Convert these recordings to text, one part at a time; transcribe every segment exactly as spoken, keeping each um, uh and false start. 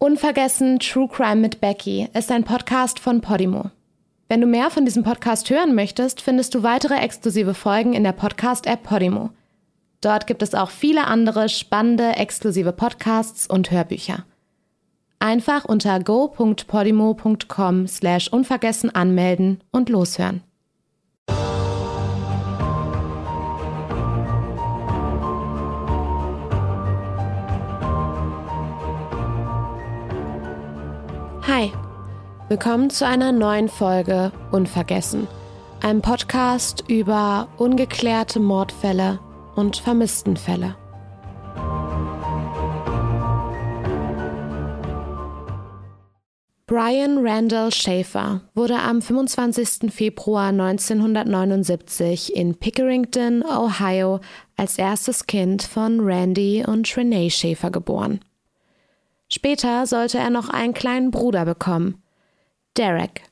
Unvergessen True Crime mit Becky ist ein Podcast von Podimo. Wenn du mehr von diesem Podcast hören möchtest, findest du weitere exklusive Folgen in der Podcast-App Podimo. Dort gibt es auch viele andere spannende, exklusive Podcasts und Hörbücher. Einfach unter go.podimo.com slash unvergessen anmelden und loshören. Hi, willkommen zu einer neuen Folge Unvergessen, einem Podcast über ungeklärte Mordfälle und Vermisstenfälle. Brian Randall Schaefer wurde am fünfundzwanzigsten Februar neunzehnhundertneunundsiebzig in Pickerington, Ohio, als erstes Kind von Randy und Renee Schaefer geboren. Später sollte er noch einen kleinen Bruder bekommen, Derek.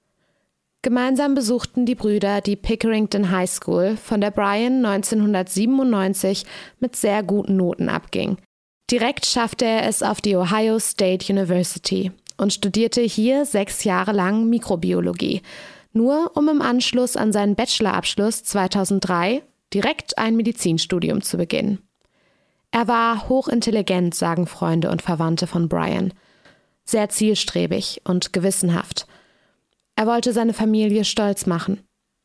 Gemeinsam besuchten die Brüder die Pickerington High School, von der Brian neunzehnhundertsiebenundneunzig mit sehr guten Noten abging. Direkt schaffte er es auf die Ohio State University und studierte hier sechs Jahre lang Mikrobiologie, nur um im Anschluss an seinen Bachelorabschluss zweitausenddrei direkt ein Medizinstudium zu beginnen. Er war hochintelligent, sagen Freunde und Verwandte von Brian. Sehr zielstrebig und gewissenhaft. Er wollte seine Familie stolz machen.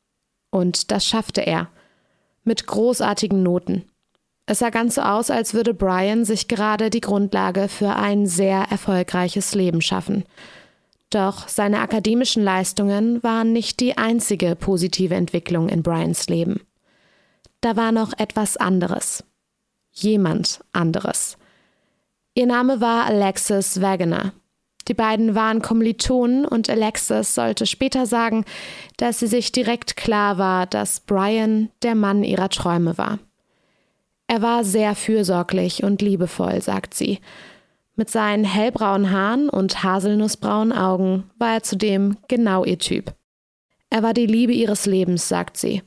Und das schaffte er. Mit großartigen Noten. Es sah ganz so aus, als würde Brian sich gerade die Grundlage für ein sehr erfolgreiches Leben schaffen. Doch seine akademischen Leistungen waren nicht die einzige positive Entwicklung in Brians Leben. Da war noch etwas anderes. Jemand anderes. Ihr Name war Alexis Waggoner. Die beiden waren Kommilitonen und Alexis sollte später sagen, dass sie sich direkt klar war, dass Brian der Mann ihrer Träume war. Er war sehr fürsorglich und liebevoll, sagt sie. Mit seinen hellbraunen Haaren und haselnussbraunen Augen war er zudem genau ihr Typ. Er war die Liebe ihres Lebens, sagt sie.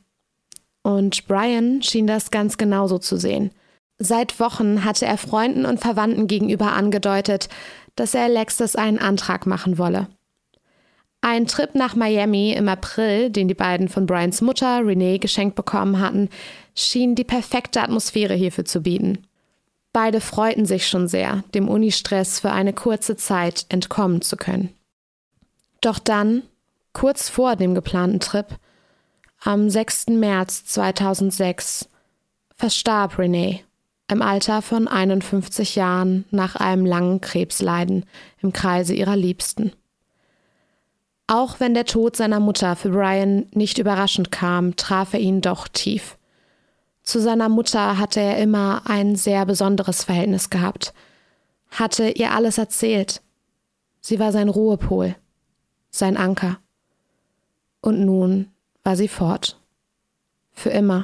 Und Brian schien das ganz genauso zu sehen. Seit Wochen hatte er Freunden und Verwandten gegenüber angedeutet, dass er Alexis einen Antrag machen wolle. Ein Trip nach Miami im April, den die beiden von Brians Mutter, Renee, geschenkt bekommen hatten, schien die perfekte Atmosphäre hierfür zu bieten. Beide freuten sich schon sehr, dem Unistress für eine kurze Zeit entkommen zu können. Doch dann, kurz vor dem geplanten Trip, am sechsten März zweitausendsechs, verstarb Renee. Im Alter von einundfünfzig Jahren nach einem langen Krebsleiden im Kreise ihrer Liebsten. Auch wenn der Tod seiner Mutter für Brian nicht überraschend kam, traf er ihn doch tief. Zu seiner Mutter hatte er immer ein sehr besonderes Verhältnis gehabt, hatte ihr alles erzählt. Sie war sein Ruhepol, sein Anker. Und nun war sie fort. Für immer.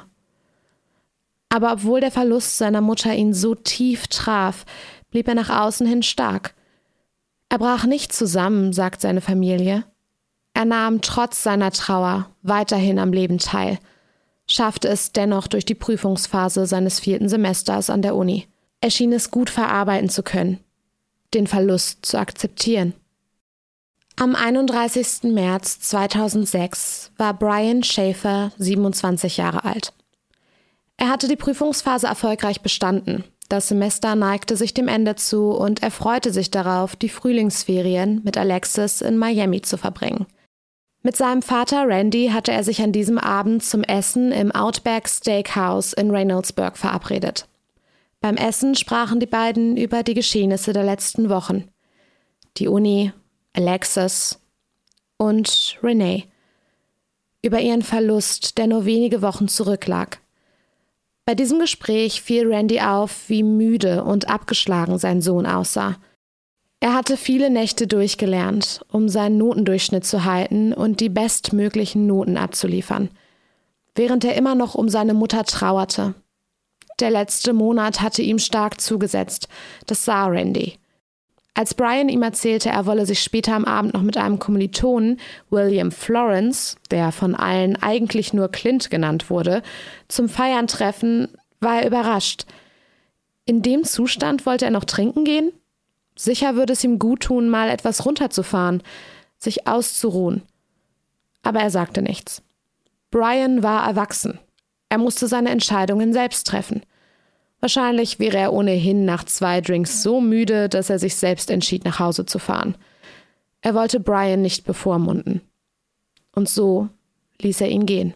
Aber obwohl der Verlust seiner Mutter ihn so tief traf, blieb er nach außen hin stark. Er brach nicht zusammen, sagt seine Familie. Er nahm trotz seiner Trauer weiterhin am Leben teil, schaffte es dennoch durch die Prüfungsphase seines vierten Semesters an der Uni. Er schien es gut verarbeiten zu können, den Verlust zu akzeptieren. Am einunddreißigsten März zweitausendsechs war Brian Schaefer siebenundzwanzig Jahre alt. Er hatte die Prüfungsphase erfolgreich bestanden. Das Semester neigte sich dem Ende zu und er freute sich darauf, die Frühlingsferien mit Alexis in Miami zu verbringen. Mit seinem Vater Randy hatte er sich an diesem Abend zum Essen im Outback Steakhouse in Reynoldsburg verabredet. Beim Essen sprachen die beiden über die Geschehnisse der letzten Wochen. Die Uni, Alexis und Renee. Über ihren Verlust, der nur wenige Wochen zurücklag. Bei diesem Gespräch fiel Randy auf, wie müde und abgeschlagen sein Sohn aussah. Er hatte viele Nächte durchgelernt, um seinen Notendurchschnitt zu halten und die bestmöglichen Noten abzuliefern, während er immer noch um seine Mutter trauerte. Der letzte Monat hatte ihm stark zugesetzt, das sah Randy. Als Brian ihm erzählte, er wolle sich später am Abend noch mit einem Kommilitonen, William Florence, der von allen eigentlich nur Clint genannt wurde, zum Feiern treffen, war er überrascht. In dem Zustand wollte er noch trinken gehen? Sicher würde es ihm gut tun, mal etwas runterzufahren, sich auszuruhen. Aber er sagte nichts. Brian war erwachsen. Er musste seine Entscheidungen selbst treffen. Wahrscheinlich wäre er ohnehin nach zwei Drinks so müde, dass er sich selbst entschied, nach Hause zu fahren. Er wollte Brian nicht bevormunden. Und so ließ er ihn gehen.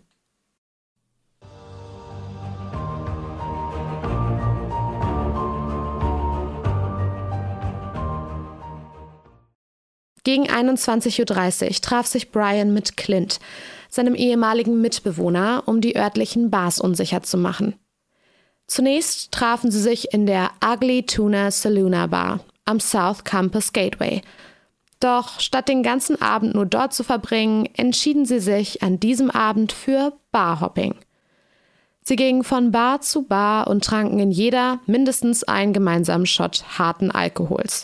Gegen einundzwanzig Uhr dreißig traf sich Brian mit Clint, seinem ehemaligen Mitbewohner, um die örtlichen Bars unsicher zu machen. Zunächst trafen sie sich in der Ugly Tuna Saloon Bar am South Campus Gateway. Doch statt den ganzen Abend nur dort zu verbringen, entschieden sie sich an diesem Abend für Barhopping. Sie gingen von Bar zu Bar und tranken in jeder mindestens einen gemeinsamen Shot harten Alkohols.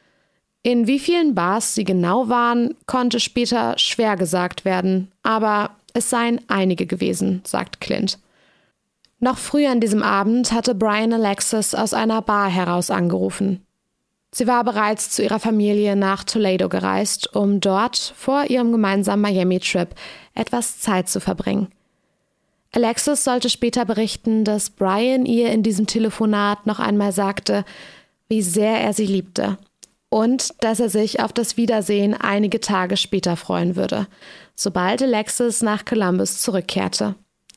In wie vielen Bars sie genau waren, konnte später schwer gesagt werden, aber es seien einige gewesen, sagt Clint. Noch früh an diesem Abend hatte Brian Alexis aus einer Bar heraus angerufen. Sie war bereits zu ihrer Familie nach Toledo gereist, um dort vor ihrem gemeinsamen Miami-Trip etwas Zeit zu verbringen. Alexis sollte später berichten, dass Brian ihr in diesem Telefonat noch einmal sagte, wie sehr er sie liebte. Und dass er sich auf das Wiedersehen einige Tage später freuen würde, sobald Alexis nach Columbus zurückkehrte.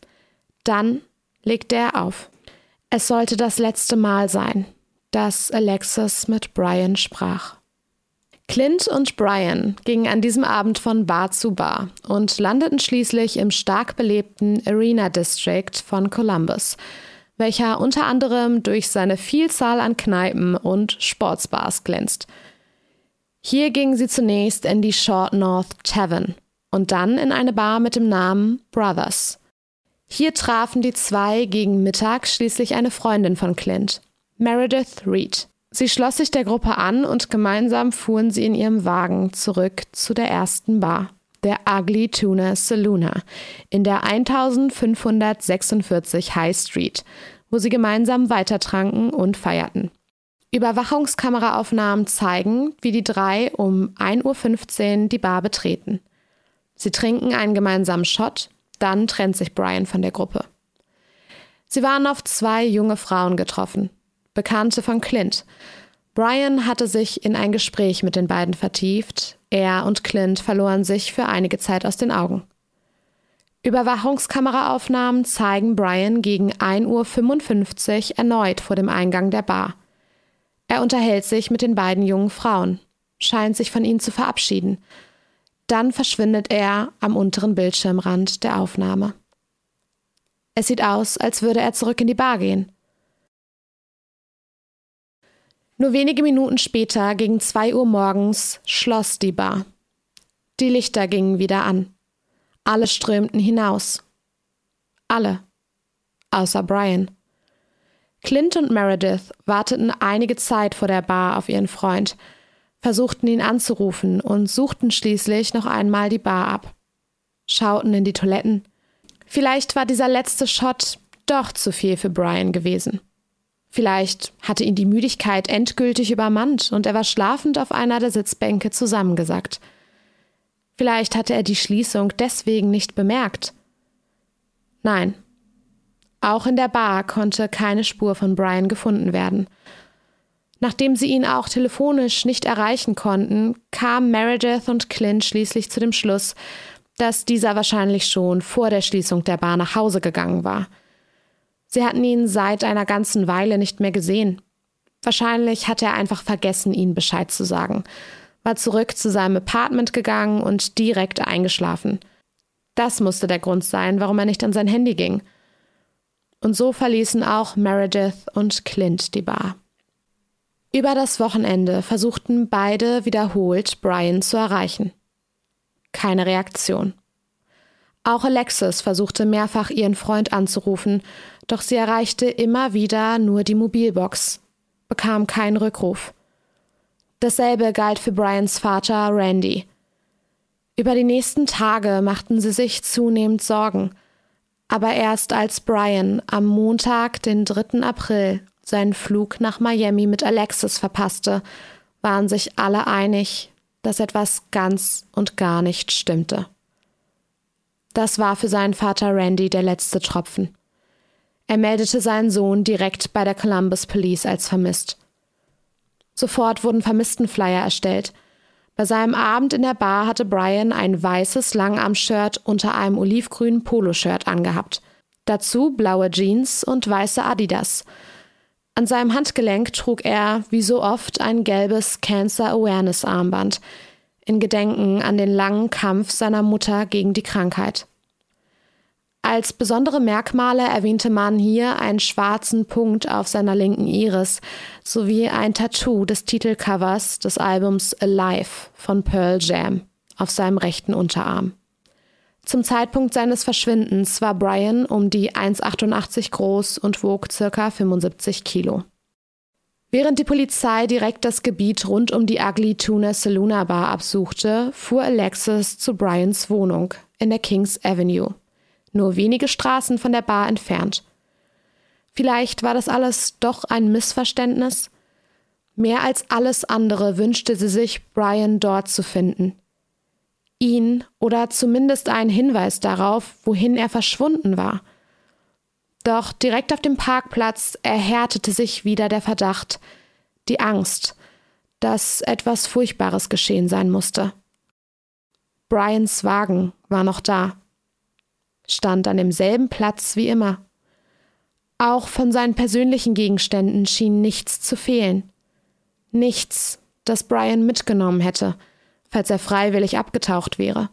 Dann legte er auf. Es sollte das letzte Mal sein, dass Alexis mit Brian sprach. Clint und Brian gingen an diesem Abend von Bar zu Bar und landeten schließlich im stark belebten Arena District von Columbus, welcher unter anderem durch seine Vielzahl an Kneipen und Sportsbars glänzt. Hier gingen sie zunächst in die Short North Tavern und dann in eine Bar mit dem Namen Brothers. Hier trafen die zwei gegen Mittag schließlich eine Freundin von Clint, Meredith Reed. Sie schloss sich der Gruppe an und gemeinsam fuhren sie in ihrem Wagen zurück zu der ersten Bar, der Ugly Tuna Saloon, in der eintausendfünfhundertsechsundvierzig High Street, wo sie gemeinsam weitertranken und feierten. Überwachungskameraaufnahmen zeigen, wie die drei um ein Uhr fünfzehn die Bar betreten. Sie trinken einen gemeinsamen Shot, dann trennt sich Brian von der Gruppe. Sie waren auf zwei junge Frauen getroffen, Bekannte von Clint. Brian hatte sich in ein Gespräch mit den beiden vertieft, er und Clint verloren sich für einige Zeit aus den Augen. Überwachungskameraaufnahmen zeigen Brian gegen ein Uhr fünfundfünfzig erneut vor dem Eingang der Bar. Er unterhält sich mit den beiden jungen Frauen, scheint sich von ihnen zu verabschieden. Dann verschwindet er am unteren Bildschirmrand der Aufnahme. Es sieht aus, als würde er zurück in die Bar gehen. Nur wenige Minuten später, gegen zwei Uhr morgens, schloss die Bar. Die Lichter gingen wieder an. Alle strömten hinaus. Alle. Außer Brian. Clint und Meredith warteten einige Zeit vor der Bar auf ihren Freund, versuchten ihn anzurufen und suchten schließlich noch einmal die Bar ab. Schauten in die Toiletten. Vielleicht war dieser letzte Shot doch zu viel für Brian gewesen. Vielleicht hatte ihn die Müdigkeit endgültig übermannt und er war schlafend auf einer der Sitzbänke zusammengesackt. Vielleicht hatte er die Schließung deswegen nicht bemerkt. Nein. Auch in der Bar konnte keine Spur von Brian gefunden werden. Nachdem sie ihn auch telefonisch nicht erreichen konnten, kamen Meredith und Clint schließlich zu dem Schluss, dass dieser wahrscheinlich schon vor der Schließung der Bar nach Hause gegangen war. Sie hatten ihn seit einer ganzen Weile nicht mehr gesehen. Wahrscheinlich hatte er einfach vergessen, ihnen Bescheid zu sagen, war zurück zu seinem Apartment gegangen und direkt eingeschlafen. Das musste der Grund sein, warum er nicht an sein Handy ging. Und so verließen auch Meredith und Clint die Bar. Über das Wochenende versuchten beide wiederholt, Brian zu erreichen. Keine Reaktion. Auch Alexis versuchte mehrfach, ihren Freund anzurufen, doch sie erreichte immer wieder nur die Mobilbox, bekam keinen Rückruf. Dasselbe galt für Brians Vater Randy. Über die nächsten Tage machten sie sich zunehmend Sorgen, aber erst als Brian am Montag, den dritten April, seinen Flug nach Miami mit Alexis verpasste, waren sich alle einig, dass etwas ganz und gar nicht stimmte. Das war für seinen Vater Randy der letzte Tropfen. Er meldete seinen Sohn direkt bei der Columbus Police als vermisst. Sofort wurden Vermisstenflyer erstellt. Bei seinem Abend in der Bar hatte Brian ein weißes Langarm-Shirt unter einem olivgrünen Poloshirt angehabt. Dazu blaue Jeans und weiße Adidas. An seinem Handgelenk trug er, wie so oft, ein gelbes Cancer-Awareness-Armband, in Gedenken an den langen Kampf seiner Mutter gegen die Krankheit. Als besondere Merkmale erwähnte man hier einen schwarzen Punkt auf seiner linken Iris sowie ein Tattoo des Titelcovers des Albums Alive von Pearl Jam auf seinem rechten Unterarm. Zum Zeitpunkt seines Verschwindens war Brian um die eins Komma achtundachtzig groß und wog ca. fünfundsiebzig Kilo. Während die Polizei direkt das Gebiet rund um die Ugly Tuna Saloon Bar absuchte, fuhr Alexis zu Brians Wohnung in der Kings Avenue, nur wenige Straßen von der Bar entfernt. Vielleicht war das alles doch ein Missverständnis? Mehr als alles andere wünschte sie sich, Brian dort zu finden. Ihn oder zumindest einen Hinweis darauf, wohin er verschwunden war. Doch direkt auf dem Parkplatz erhärtete sich wieder der Verdacht, die Angst, dass etwas Furchtbares geschehen sein musste. Brians Wagen war noch da, stand an demselben Platz wie immer. Auch von seinen persönlichen Gegenständen schien nichts zu fehlen. Nichts, das Brian mitgenommen hätte, falls er freiwillig abgetaucht wäre.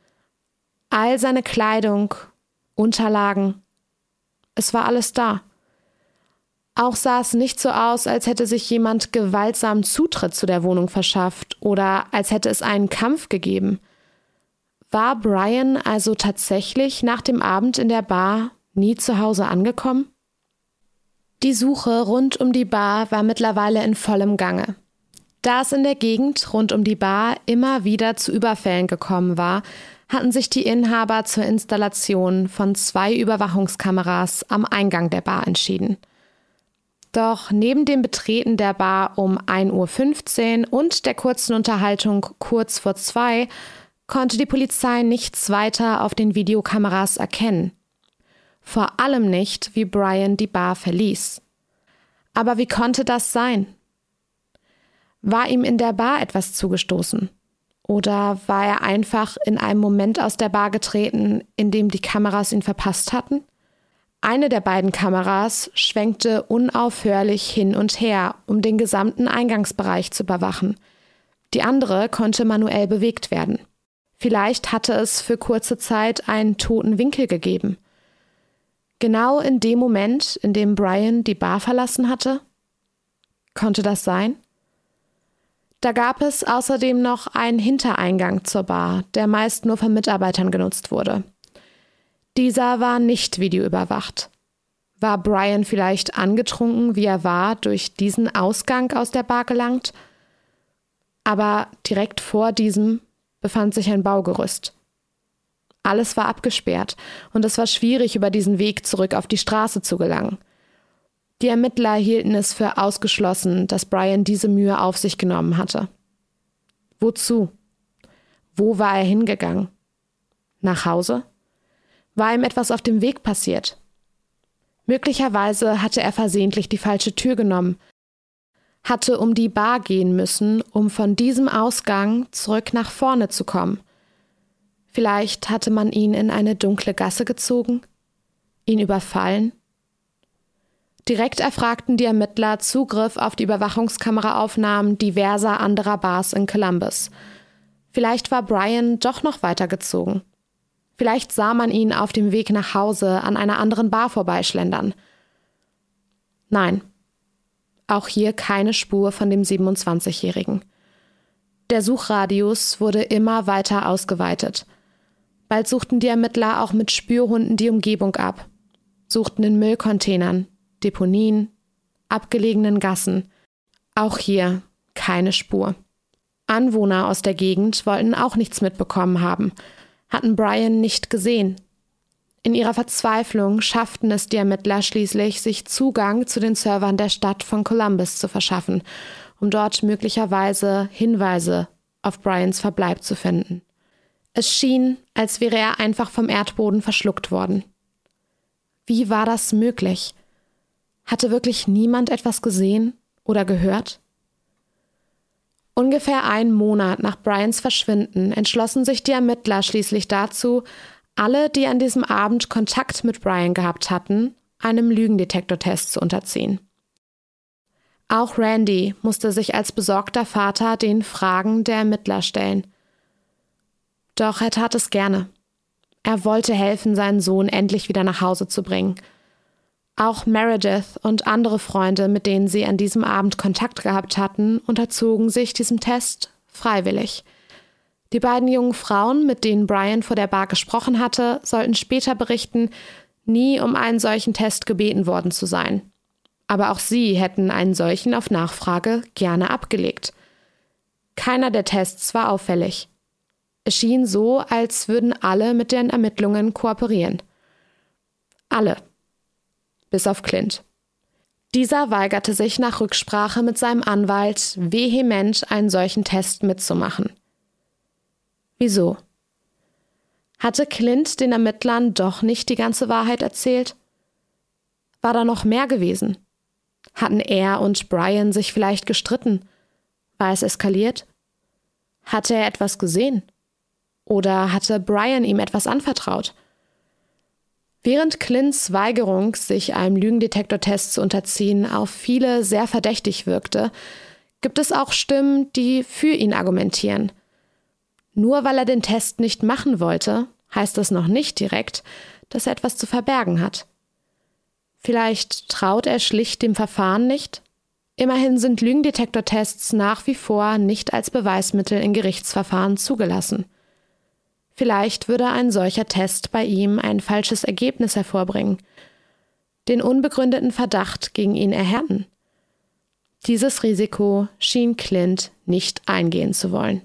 All seine Kleidung, Unterlagen, es war alles da. Auch sah es nicht so aus, als hätte sich jemand gewaltsam Zutritt zu der Wohnung verschafft oder als hätte es einen Kampf gegeben. War Brian also tatsächlich nach dem Abend in der Bar nie zu Hause angekommen? Die Suche rund um die Bar war mittlerweile in vollem Gange. Da es in der Gegend rund um die Bar immer wieder zu Überfällen gekommen war, hatten sich die Inhaber zur Installation von zwei Überwachungskameras am Eingang der Bar entschieden. Doch neben dem Betreten der Bar um ein Uhr fünfzehn und der kurzen Unterhaltung kurz vor zwei konnte die Polizei nichts weiter auf den Videokameras erkennen. Vor allem nicht, wie Brian die Bar verließ. Aber wie konnte das sein? War ihm in der Bar etwas zugestoßen? Oder war er einfach in einem Moment aus der Bar getreten, in dem die Kameras ihn verpasst hatten? Eine der beiden Kameras schwenkte unaufhörlich hin und her, um den gesamten Eingangsbereich zu überwachen. Die andere konnte manuell bewegt werden. Vielleicht hatte es für kurze Zeit einen toten Winkel gegeben. Genau in dem Moment, in dem Brian die Bar verlassen hatte? Konnte das sein? Da gab es außerdem noch einen Hintereingang zur Bar, der meist nur von Mitarbeitern genutzt wurde. Dieser war nicht videoüberwacht. War Brian vielleicht angetrunken, wie er war, durch diesen Ausgang aus der Bar gelangt? Aber direkt vor diesem befand sich ein Baugerüst. Alles war abgesperrt und es war schwierig, über diesen Weg zurück auf die Straße zu gelangen. Die Ermittler hielten es für ausgeschlossen, dass Brian diese Mühe auf sich genommen hatte. Wozu? Wo war er hingegangen? Nach Hause? War ihm etwas auf dem Weg passiert? Möglicherweise hatte er versehentlich die falsche Tür genommen, hatte um die Bar gehen müssen, um von diesem Ausgang zurück nach vorne zu kommen. Vielleicht hatte man ihn in eine dunkle Gasse gezogen, ihn überfallen. Direkt erfragten die Ermittler Zugriff auf die Überwachungskameraaufnahmen diverser anderer Bars in Columbus. Vielleicht war Brian doch noch weitergezogen. Vielleicht sah man ihn auf dem Weg nach Hause an einer anderen Bar vorbeischlendern. Nein, auch hier keine Spur von dem siebenundzwanzigjährigen. Der Suchradius wurde immer weiter ausgeweitet. Bald suchten die Ermittler auch mit Spürhunden die Umgebung ab, suchten in Müllcontainern, Deponien, abgelegenen Gassen. Auch hier keine Spur. Anwohner aus der Gegend wollten auch nichts mitbekommen haben, hatten Brian nicht gesehen. In ihrer Verzweiflung schafften es die Ermittler schließlich, sich Zugang zu den Servern der Stadt von Columbus zu verschaffen, um dort möglicherweise Hinweise auf Brians Verbleib zu finden. Es schien, als wäre er einfach vom Erdboden verschluckt worden. Wie war das möglich? Hatte wirklich niemand etwas gesehen oder gehört? Ungefähr einen Monat nach Brians Verschwinden entschlossen sich die Ermittler schließlich dazu, alle, die an diesem Abend Kontakt mit Brian gehabt hatten, einem Lügendetektortest zu unterziehen. Auch Randy musste sich als besorgter Vater den Fragen der Ermittler stellen. Doch er tat es gerne. Er wollte helfen, seinen Sohn endlich wieder nach Hause zu bringen. Auch Meredith und andere Freunde, mit denen sie an diesem Abend Kontakt gehabt hatten, unterzogen sich diesem Test freiwillig. Die beiden jungen Frauen, mit denen Brian vor der Bar gesprochen hatte, sollten später berichten, nie um einen solchen Test gebeten worden zu sein. Aber auch sie hätten einen solchen auf Nachfrage gerne abgelegt. Keiner der Tests war auffällig. Es schien so, als würden alle mit den Ermittlungen kooperieren. Alle. Bis auf Clint. Dieser weigerte sich nach Rücksprache mit seinem Anwalt vehement, einen solchen Test mitzumachen. Wieso? Hatte Clint den Ermittlern doch nicht die ganze Wahrheit erzählt? War da noch mehr gewesen? Hatten er und Brian sich vielleicht gestritten? War es eskaliert? Hatte er etwas gesehen? Oder hatte Brian ihm etwas anvertraut? Während Clints Weigerung, sich einem Lügendetektortest zu unterziehen, auf viele sehr verdächtig wirkte, gibt es auch Stimmen, die für ihn argumentieren. Nur weil er den Test nicht machen wollte, heißt das noch nicht direkt, dass er etwas zu verbergen hat. Vielleicht traut er schlicht dem Verfahren nicht? Immerhin sind Lügendetektortests nach wie vor nicht als Beweismittel in Gerichtsverfahren zugelassen. Vielleicht würde ein solcher Test bei ihm ein falsches Ergebnis hervorbringen, den unbegründeten Verdacht gegen ihn erhärten. Dieses Risiko schien Clint nicht eingehen zu wollen.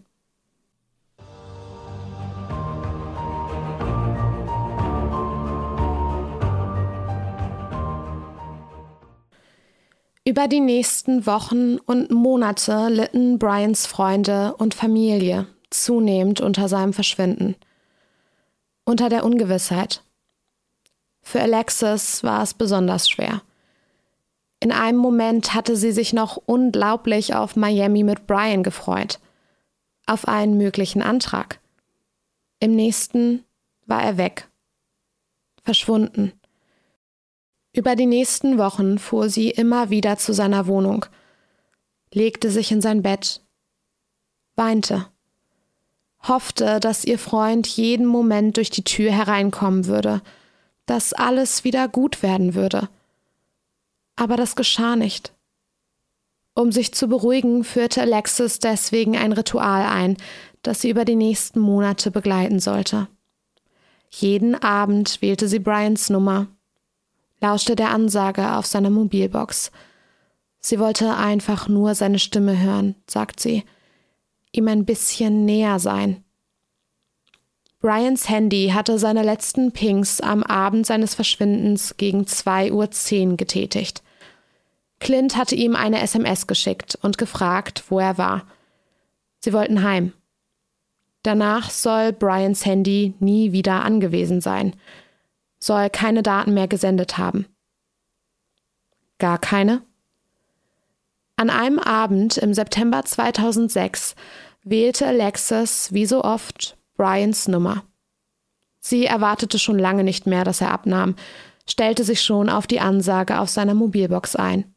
Über die nächsten Wochen und Monate litten Brians Freunde und Familie zunehmend unter seinem Verschwinden. Unter der Ungewissheit. Für Alexis war es besonders schwer. In einem Moment hatte sie sich noch unglaublich auf Miami mit Brian gefreut. Auf einen möglichen Antrag. Im nächsten war er weg. Verschwunden. Über die nächsten Wochen fuhr sie immer wieder zu seiner Wohnung, legte sich in sein Bett, weinte, hoffte, dass ihr Freund jeden Moment durch die Tür hereinkommen würde, dass alles wieder gut werden würde. Aber das geschah nicht. Um sich zu beruhigen, führte Alexis deswegen ein Ritual ein, das sie über die nächsten Monate begleiten sollte. Jeden Abend wählte sie Brians Nummer, lauschte der Ansage auf seiner Mobilbox. Sie wollte einfach nur seine Stimme hören, sagt sie, ihm ein bisschen näher sein. Brians Handy hatte seine letzten Pings am Abend seines Verschwindens gegen zwei Uhr zehn getätigt. Clint hatte ihm eine S M S geschickt und gefragt, wo er war. Sie wollten heim. Danach soll Brians Handy nie wieder angewiesen sein, soll keine Daten mehr gesendet haben. Gar keine? An einem Abend im September zweitausendsechs wählte Alexis, wie so oft, Brians Nummer. Sie erwartete schon lange nicht mehr, dass er abnahm, stellte sich schon auf die Ansage auf seiner Mobilbox ein.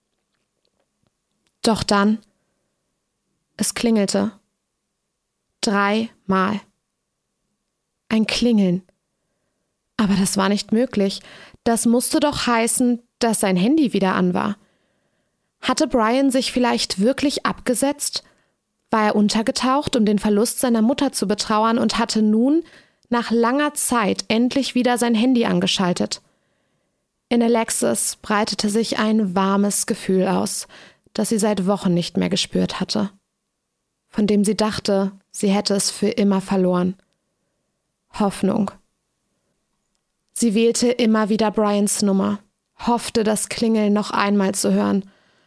Doch dann, es klingelte. Dreimal. Ein Klingeln. Aber das war nicht möglich. Das musste doch heißen, dass sein Handy wieder an war. Hatte Brian sich vielleicht wirklich abgesetzt? War er untergetaucht, um den Verlust seiner Mutter zu betrauern und hatte nun, nach langer Zeit, endlich wieder sein Handy angeschaltet? In Alexis breitete sich ein warmes Gefühl aus, das sie seit Wochen nicht mehr gespürt hatte. Von dem sie dachte, sie hätte es für immer verloren. Hoffnung. Sie wählte immer wieder Brians Nummer, hoffte, das Klingeln noch einmal zu hören.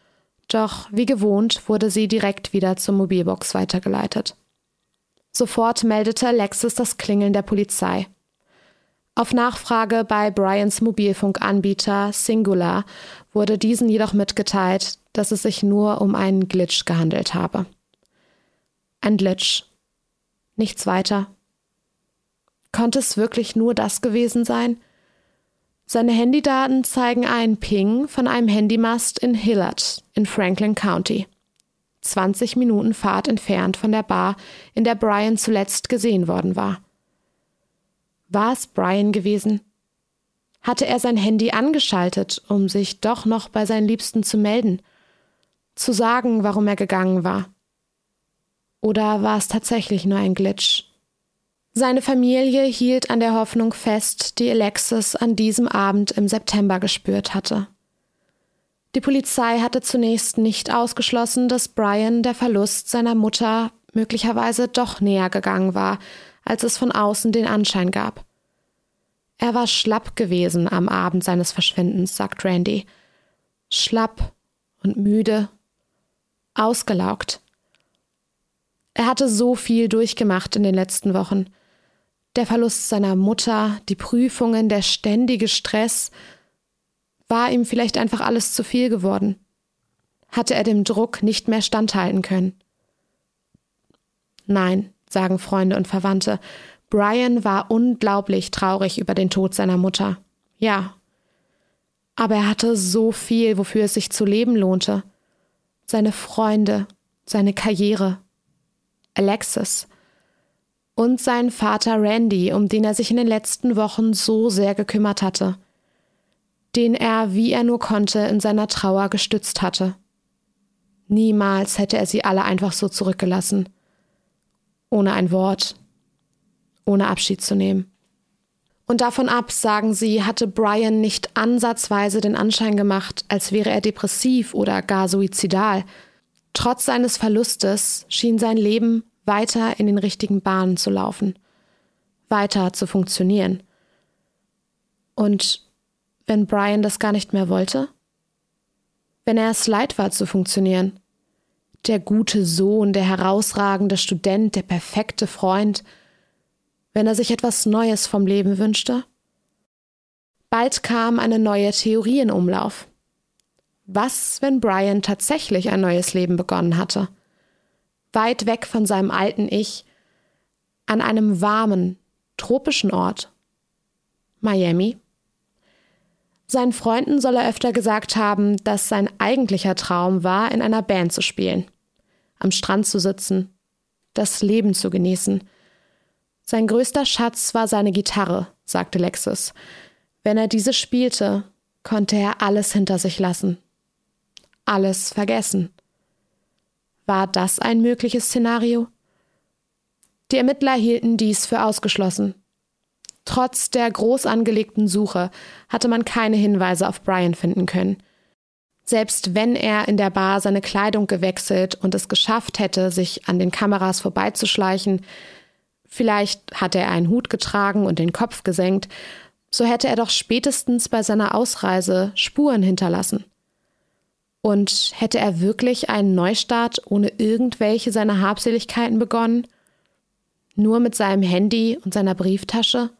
Doch wie gewohnt wurde sie direkt wieder zur Mobilbox weitergeleitet. Sofort meldete Alexis das Klingeln der Polizei. Auf Nachfrage bei Brians Mobilfunkanbieter Cingular wurde diesen jedoch mitgeteilt, dass es sich nur um einen Glitch gehandelt habe. Ein Glitch. Nichts weiter. Konnte es wirklich nur das gewesen sein? Seine Handydaten zeigen einen Ping von einem Handymast in Hillard in Franklin County. zwanzig Minuten Fahrt entfernt von der Bar, in der Brian zuletzt gesehen worden war. War es Brian gewesen? Hatte er sein Handy angeschaltet, um sich doch noch bei seinen Liebsten zu melden, zu sagen, warum er gegangen war? Oder war es tatsächlich nur ein Glitch? Seine Familie hielt an der Hoffnung fest, die Alexis an diesem Abend im September gespürt hatte. Die Polizei hatte zunächst nicht ausgeschlossen, dass Brian der Verlust seiner Mutter möglicherweise doch näher gegangen war, als es von außen den Anschein gab. Er war schlapp gewesen am Abend seines Verschwindens, sagt Randy. Schlapp und müde, ausgelaugt. Er hatte so viel durchgemacht in den letzten Wochen. Der Verlust seiner Mutter, die Prüfungen, der ständige Stress. War ihm vielleicht einfach alles zu viel geworden? Hatte er dem Druck nicht mehr standhalten können? Nein, sagen Freunde und Verwandte. Brian war unglaublich traurig über den Tod seiner Mutter. Ja. Aber er hatte so viel, wofür es sich zu leben lohnte. Seine Freunde, seine Karriere, Alexis und seinen Vater Randy, um den er sich in den letzten Wochen so sehr gekümmert hatte, den er, wie er nur konnte, in seiner Trauer gestützt hatte. Niemals hätte er sie alle einfach so zurückgelassen, ohne ein Wort, ohne Abschied zu nehmen. Und davon ab, sagen sie, hatte Brian nicht ansatzweise den Anschein gemacht, als wäre er depressiv oder gar suizidal. Trotz seines Verlustes schien sein Leben weiter in den richtigen Bahnen zu laufen, weiter zu funktionieren. Und wenn Brian das gar nicht mehr wollte? Wenn er es leid war zu funktionieren? Der gute Sohn, der herausragende Student, der perfekte Freund, wenn er sich etwas Neues vom Leben wünschte? Bald kam eine neue Theorie in Umlauf. Was, wenn Brian tatsächlich ein neues Leben begonnen hatte? Weit weg von seinem alten Ich, an einem warmen, tropischen Ort. Miami. Seinen Freunden soll er öfter gesagt haben, dass sein eigentlicher Traum war, in einer Band zu spielen, am Strand zu sitzen, das Leben zu genießen. Sein größter Schatz war seine Gitarre, sagte Alexis. Wenn er diese spielte, konnte er alles hinter sich lassen. Alles vergessen. War das ein mögliches Szenario? Die Ermittler hielten dies für ausgeschlossen. Trotz der groß angelegten Suche hatte man keine Hinweise auf Brian finden können. Selbst wenn er in der Bar seine Kleidung gewechselt und es geschafft hätte, sich an den Kameras vorbeizuschleichen, vielleicht hatte er einen Hut getragen und den Kopf gesenkt, so hätte er doch spätestens bei seiner Ausreise Spuren hinterlassen. Und hätte er wirklich einen Neustart ohne irgendwelche seiner Habseligkeiten begonnen? Nur mit seinem Handy und seiner Brieftasche?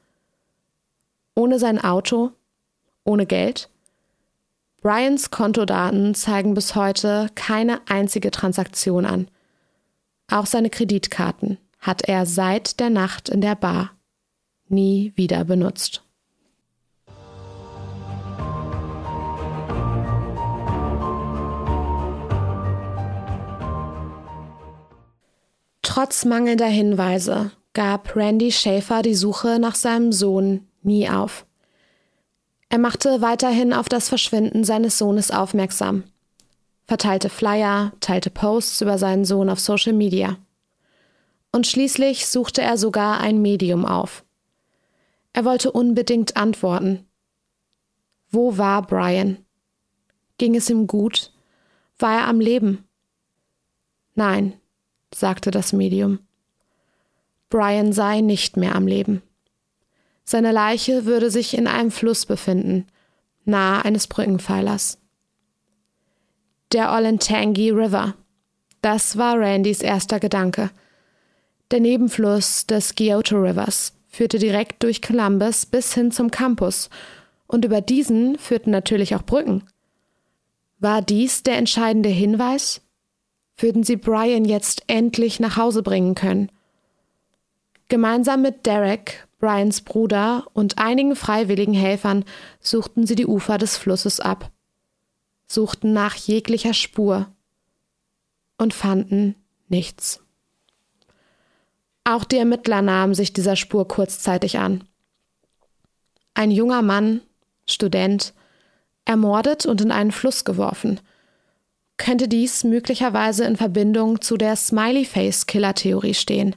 Ohne sein Auto? Ohne Geld? Brians Kontodaten zeigen bis heute keine einzige Transaktion an. Auch seine Kreditkarten hat er seit der Nacht in der Bar nie wieder benutzt. Trotz mangelnder Hinweise gab Randy Schaefer die Suche nach seinem Sohn nie auf. Er machte weiterhin auf das Verschwinden seines Sohnes aufmerksam, verteilte Flyer, teilte Posts über seinen Sohn auf Social Media. Und schließlich suchte er sogar ein Medium auf. Er wollte unbedingt antworten. Wo war Brian? Ging es ihm gut? War er am Leben? Nein, sagte das Medium. Brian sei nicht mehr am Leben. Seine Leiche würde sich in einem Fluss befinden, nahe eines Brückenpfeilers. Der Olentangy River. Das war Randys erster Gedanke. Der Nebenfluss des Scioto Rivers führte direkt durch Columbus bis hin zum Campus und über diesen führten natürlich auch Brücken. War dies der entscheidende Hinweis? Würden sie Brian jetzt endlich nach Hause bringen können? Gemeinsam mit Derek, Brians Bruder und einigen freiwilligen Helfern suchten sie die Ufer des Flusses ab, suchten nach jeglicher Spur und fanden nichts. Auch die Ermittler nahmen sich dieser Spur kurzzeitig an. Ein junger Mann, Student, ermordet und in einen Fluss geworfen. Könnte dies möglicherweise in Verbindung zu der Smiley-Face-Killer-Theorie stehen?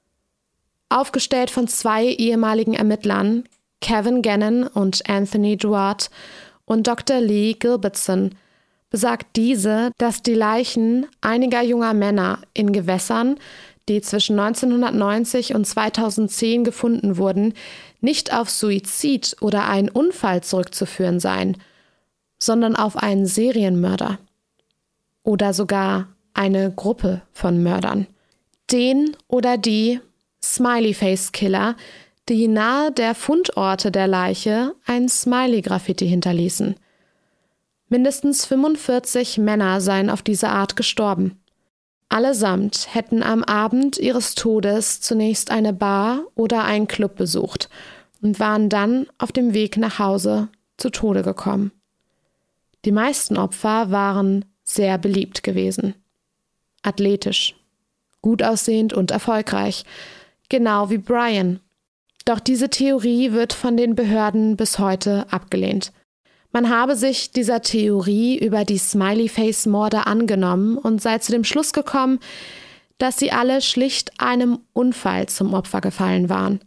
Aufgestellt von zwei ehemaligen Ermittlern, Kevin Gannon und Anthony Duarte und Doktor Lee Gilbertson, besagt diese, dass die Leichen einiger junger Männer in Gewässern, die zwischen neunzehnhundertneunzig und zweitausendzehn gefunden wurden, nicht auf Suizid oder einen Unfall zurückzuführen seien, sondern auf einen Serienmörder. Oder sogar eine Gruppe von Mördern. Den oder die Smiley-Face-Killer, die nahe der Fundorte der Leiche ein Smiley-Graffiti hinterließen. Mindestens fünfundvierzig Männer seien auf diese Art gestorben. Allesamt hätten am Abend ihres Todes zunächst eine Bar oder einen Club besucht und waren dann auf dem Weg nach Hause zu Tode gekommen. Die meisten Opfer waren sehr beliebt gewesen. Athletisch, gut aussehend und erfolgreich, genau wie Brian. Doch diese Theorie wird von den Behörden bis heute abgelehnt. Man habe sich dieser Theorie über die Smiley-Face-Morde angenommen und sei zu dem Schluss gekommen, dass sie alle schlicht einem Unfall zum Opfer gefallen waren.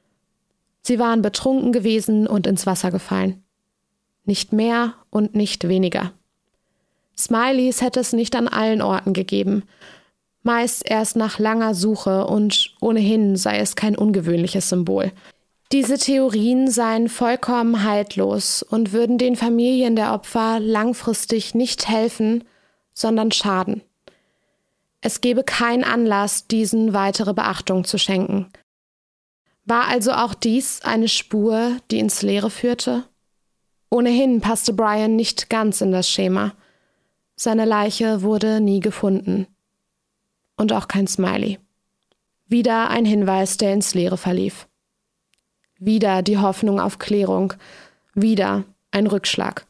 Sie waren betrunken gewesen und ins Wasser gefallen. Nicht mehr und nicht weniger. Smileys hätte es nicht an allen Orten gegeben, meist erst nach langer Suche und ohnehin sei es kein ungewöhnliches Symbol. Diese Theorien seien vollkommen haltlos und würden den Familien der Opfer langfristig nicht helfen, sondern schaden. Es gebe keinen Anlass, diesen weitere Beachtung zu schenken. War also auch dies eine Spur, die ins Leere führte? Ohnehin passte Brian nicht ganz in das Schema. Seine Leiche wurde nie gefunden. Und auch kein Smiley. Wieder ein Hinweis, der ins Leere verlief. Wieder die Hoffnung auf Klärung. Wieder ein Rückschlag.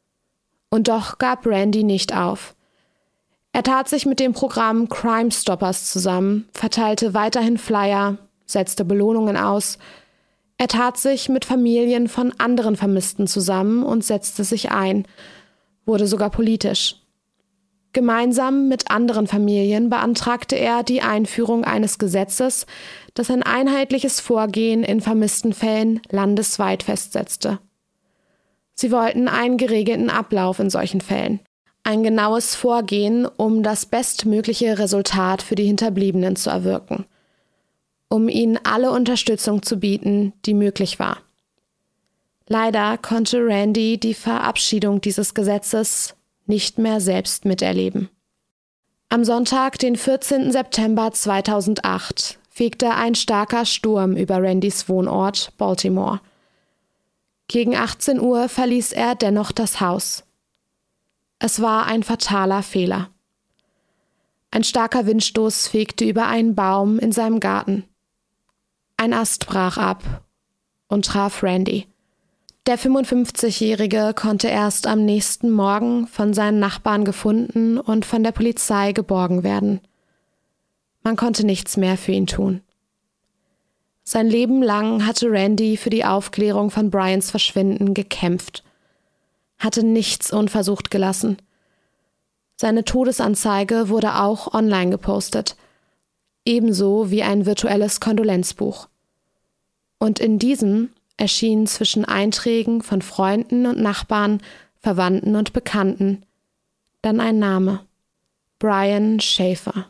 Und doch gab Randy nicht auf. Er tat sich mit dem Programm Crime Stoppers zusammen, verteilte weiterhin Flyer, setzte Belohnungen aus. Er tat sich mit Familien von anderen Vermissten zusammen und setzte sich ein, wurde sogar politisch. Gemeinsam mit anderen Familien beantragte er die Einführung eines Gesetzes, das ein einheitliches Vorgehen in vermissten Fällen landesweit festsetzte. Sie wollten einen geregelten Ablauf in solchen Fällen, ein genaues Vorgehen, um das bestmögliche Resultat für die Hinterbliebenen zu erwirken, um ihnen alle Unterstützung zu bieten, die möglich war. Leider konnte Randy die Verabschiedung dieses Gesetzes nicht mehr selbst miterleben. Am Sonntag, den vierzehnten September zweitausendacht, fegte ein starker Sturm über Randys Wohnort Baltimore. Gegen achtzehn Uhr verließ er dennoch das Haus. Es war ein fataler Fehler. Ein starker Windstoß fegte über einen Baum in seinem Garten. Ein Ast brach ab und traf Randy. Der fünfundfünfzigjährige konnte erst am nächsten Morgen von seinen Nachbarn gefunden und von der Polizei geborgen werden. Man konnte nichts mehr für ihn tun. Sein Leben lang hatte Randy für die Aufklärung von Brians Verschwinden gekämpft, hatte nichts unversucht gelassen. Seine Todesanzeige wurde auch online gepostet, ebenso wie ein virtuelles Kondolenzbuch. Und in diesem erschien zwischen Einträgen von Freunden und Nachbarn, Verwandten und Bekannten dann ein Name: Brian Shaffer.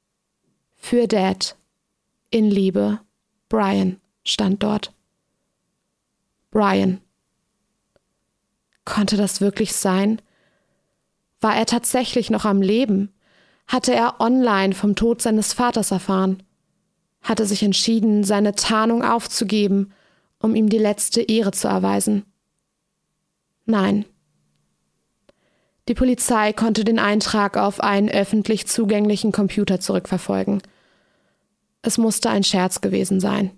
Für Dad, in Liebe, Brian, stand dort. Brian. Konnte das wirklich sein? War er tatsächlich noch am Leben? Hatte er online vom Tod seines Vaters erfahren? Hatte sich entschieden, seine Tarnung aufzugeben, um ihm die letzte Ehre zu erweisen? Nein. Die Polizei konnte den Eintrag auf einen öffentlich zugänglichen Computer zurückverfolgen. Es musste ein Scherz gewesen sein.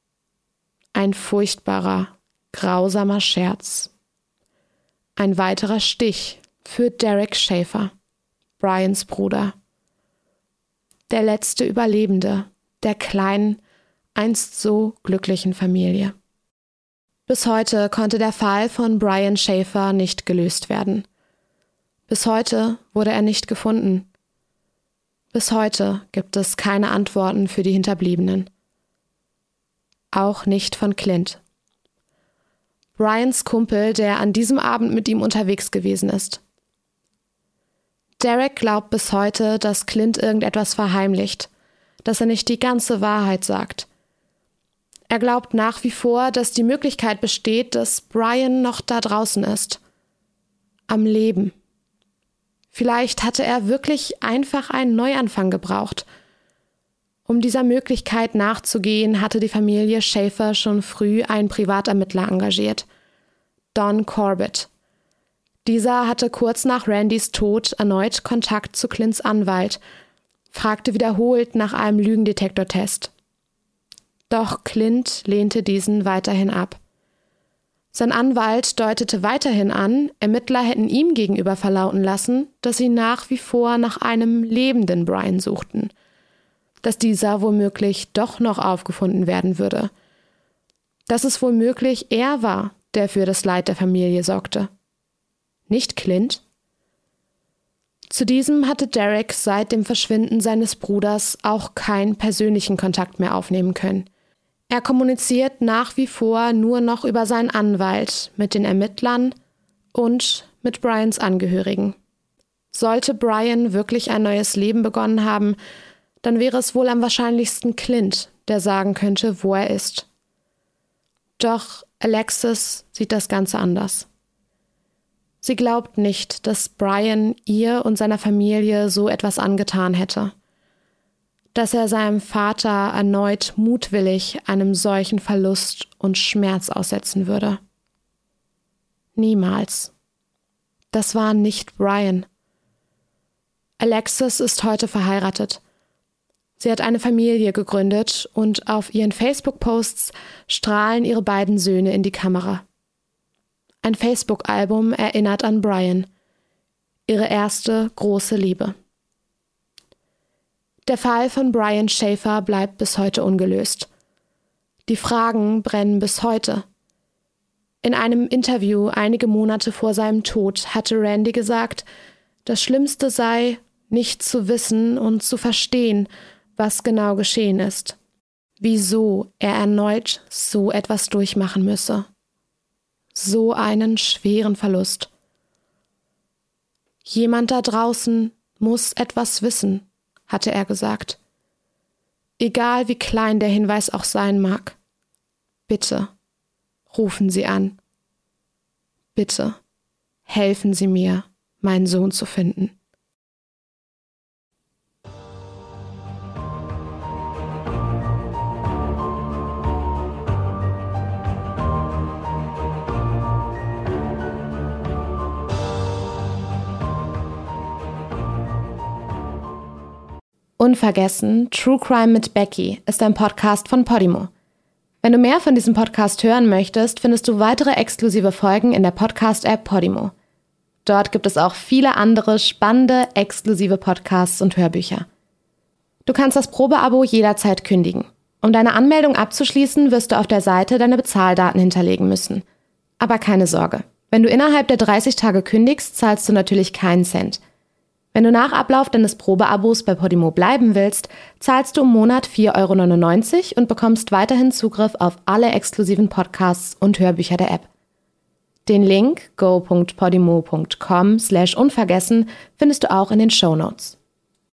Ein furchtbarer, grausamer Scherz. Ein weiterer Stich für Derek Schaefer, Brians Bruder. Der letzte Überlebende der kleinen, einst so glücklichen Familie. Bis heute konnte der Fall von Brian Schaefer nicht gelöst werden. Bis heute wurde er nicht gefunden. Bis heute gibt es keine Antworten für die Hinterbliebenen. Auch nicht von Clint. Brians Kumpel, der an diesem Abend mit ihm unterwegs gewesen ist. Derek glaubt bis heute, dass Clint irgendetwas verheimlicht, dass er nicht die ganze Wahrheit sagt. Er glaubt nach wie vor, dass die Möglichkeit besteht, dass Brian noch da draußen ist. Am Leben. Vielleicht hatte er wirklich einfach einen Neuanfang gebraucht. Um dieser Möglichkeit nachzugehen, hatte die Familie Schaefer schon früh einen Privatermittler engagiert. Don Corbett. Dieser hatte kurz nach Randys Tod erneut Kontakt zu Clints Anwalt, fragte wiederholt nach einem Lügendetektortest. Doch Clint lehnte diesen weiterhin ab. Sein Anwalt deutete weiterhin an, Ermittler hätten ihm gegenüber verlauten lassen, dass sie nach wie vor nach einem lebenden Brian suchten, dass dieser womöglich doch noch aufgefunden werden würde, dass es womöglich er war, der für das Leid der Familie sorgte. Nicht Clint? Zu diesem hatte Derek seit dem Verschwinden seines Bruders auch keinen persönlichen Kontakt mehr aufnehmen können. Er kommuniziert nach wie vor nur noch über seinen Anwalt mit den Ermittlern und mit Brians Angehörigen. Sollte Brian wirklich ein neues Leben begonnen haben, dann wäre es wohl am wahrscheinlichsten Clint, der sagen könnte, wo er ist. Doch Alexis sieht das Ganze anders. Sie glaubt nicht, dass Brian ihr und seiner Familie so etwas angetan hätte. Dass er seinem Vater erneut mutwillig einem solchen Verlust und Schmerz aussetzen würde. Niemals. Das war nicht Brian. Alexis ist heute verheiratet. Sie hat eine Familie gegründet und auf ihren Facebook-Posts strahlen ihre beiden Söhne in die Kamera. Ein Facebook-Album erinnert an Brian, ihre erste große Liebe. Der Fall von Brian Schaefer bleibt bis heute ungelöst. Die Fragen brennen bis heute. In einem Interview einige Monate vor seinem Tod hatte Randy gesagt, das Schlimmste sei, nicht zu wissen und zu verstehen, was genau geschehen ist. Wieso er erneut so etwas durchmachen müsse. So einen schweren Verlust. Jemand da draußen muss etwas wissen, hatte er gesagt. Egal wie klein der Hinweis auch sein mag. Bitte, rufen Sie an. Bitte, helfen Sie mir, meinen Sohn zu finden. Unvergessen, True Crime mit Becky ist ein Podcast von Podimo. Wenn du mehr von diesem Podcast hören möchtest, findest du weitere exklusive Folgen in der Podcast-App Podimo. Dort gibt es auch viele andere spannende, exklusive Podcasts und Hörbücher. Du kannst das Probeabo jederzeit kündigen. Um deine Anmeldung abzuschließen, wirst du auf der Seite deine Bezahldaten hinterlegen müssen. Aber keine Sorge, wenn du innerhalb der dreißig Tage kündigst, zahlst du natürlich keinen Cent. Wenn du nach Ablauf deines Probeabos bei Podimo bleiben willst, zahlst du im Monat vier Euro neunundneunzig und bekommst weiterhin Zugriff auf alle exklusiven Podcasts und Hörbücher der App. Den Link go punkt podimo punkt com slash unvergessen findest du auch in den Shownotes.